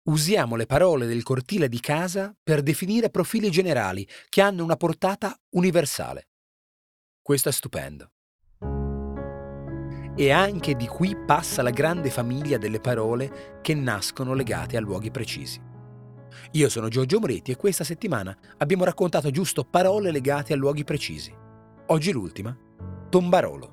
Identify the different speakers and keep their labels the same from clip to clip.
Speaker 1: Usiamo le parole del cortile di casa per definire profili generali che hanno una portata universale. Questo è stupendo. E anche di qui passa la grande famiglia delle parole che nascono legate a luoghi precisi. Io sono Giorgio Moretti e questa settimana abbiamo raccontato giusto parole legate a luoghi precisi. Oggi l'ultima, tombarolo.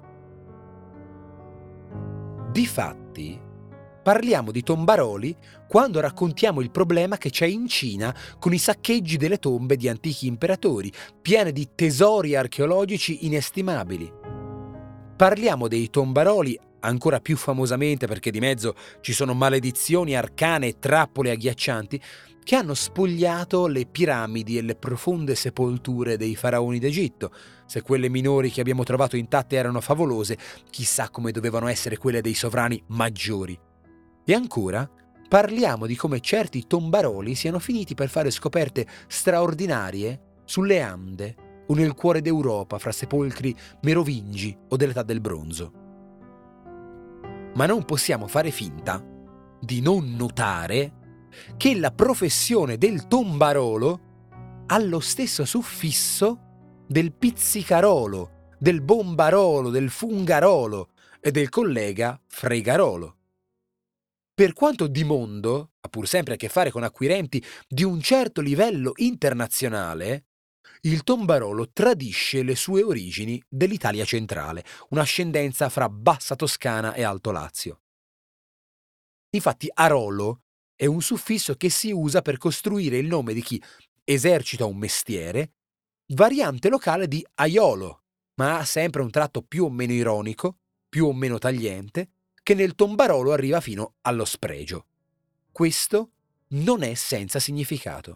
Speaker 1: Difatti, parliamo di tombaroli quando raccontiamo il problema che c'è in Cina con i saccheggi delle tombe di antichi imperatori, piene di tesori archeologici inestimabili. Parliamo dei tombaroli, ancora più famosamente perché di mezzo ci sono maledizioni arcane e trappole agghiaccianti, che hanno spogliato le piramidi e le profonde sepolture dei faraoni d'Egitto. Se quelle minori che abbiamo trovato intatte erano favolose, chissà come dovevano essere quelle dei sovrani maggiori. E ancora, parliamo di come certi tombaroli siano finiti per fare scoperte straordinarie sulle Ande o nel cuore d'Europa fra sepolcri merovingi o dell'età del bronzo. Ma non possiamo fare finta di non notare che la professione del tombarolo ha lo stesso suffisso del pizzicarolo, del bombarolo, del fungarolo e del collega fregarolo. Per quanto di mondo, ha pur sempre a che fare con acquirenti di un certo livello internazionale, il tombarolo tradisce le sue origini dell'Italia centrale, un'ascendenza fra Bassa Toscana e Alto Lazio. Infatti arolo è un suffisso che si usa per costruire il nome di chi esercita un mestiere, variante locale di aiolo, ma ha sempre un tratto più o meno ironico, più o meno tagliente, che nel tombarolo arriva fino allo spregio. Questo non è senza significato.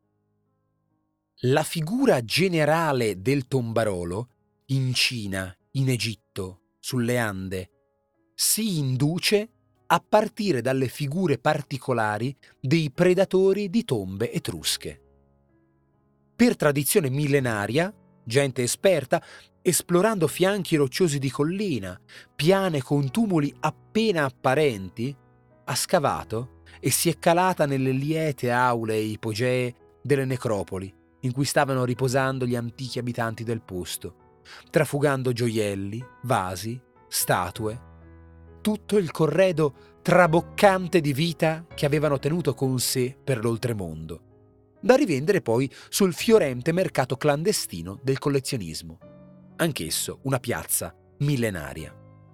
Speaker 1: La figura generale del tombarolo, in Cina, in Egitto, sulle Ande, si induce a partire dalle figure particolari dei predatori di tombe etrusche. Per tradizione millenaria, gente esperta, esplorando fianchi rocciosi di collina, piane con tumuli appena apparenti, ha scavato e si è calata nelle liete aule e ipogee delle necropoli in cui stavano riposando gli antichi abitanti del posto, trafugando gioielli, vasi, statue, tutto il corredo traboccante di vita che avevano tenuto con sé per l'oltremondo, da rivendere poi sul fiorente mercato clandestino del collezionismo, anch'esso una piazza millenaria.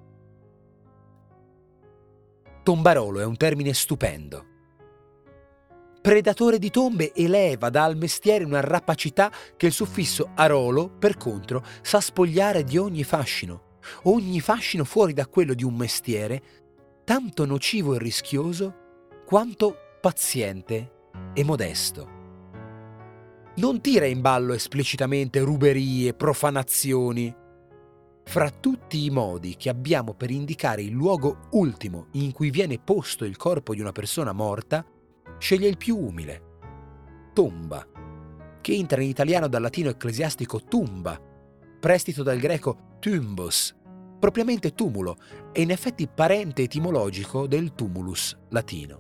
Speaker 1: Tombarolo è un termine stupendo. Predatore di tombe eleva dal mestiere una rapacità che il suffisso arolo, per contro, sa spogliare di ogni fascino fuori da quello di un mestiere, tanto nocivo e rischioso quanto paziente e modesto. Non tira in ballo esplicitamente ruberie, profanazioni. Fra tutti i modi che abbiamo per indicare il luogo ultimo in cui viene posto il corpo di una persona morta, sceglie il più umile, tomba, che entra in italiano dal latino ecclesiastico tumba, prestito dal greco tumbos, propriamente tumulo, e in effetti parente etimologico del tumulus latino.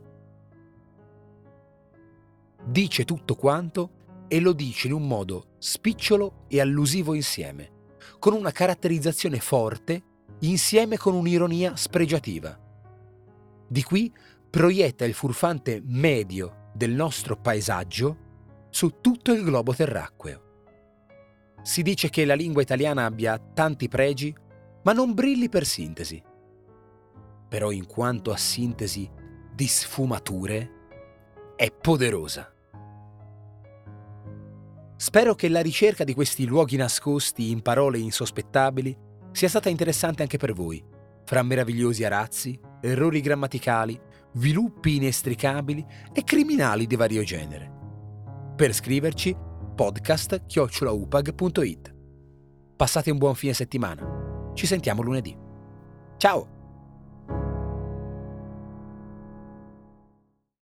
Speaker 1: Dice tutto quanto e lo dice in un modo spicciolo e allusivo insieme, con una caratterizzazione forte insieme con un'ironia spregiativa. Di qui proietta il furfante medio del nostro paesaggio su tutto il globo terracqueo. Si dice che la lingua italiana abbia tanti pregi, ma non brilli per sintesi. Però in quanto a sintesi di sfumature, è poderosa. Spero che la ricerca di questi luoghi nascosti in parole insospettabili sia stata interessante anche per voi, fra meravigliosi arazzi, errori grammaticali, viluppi inestricabili e criminali di vario genere. Per scriverci, podcast@upag.it. Passate un buon fine settimana. Ci sentiamo lunedì. Ciao!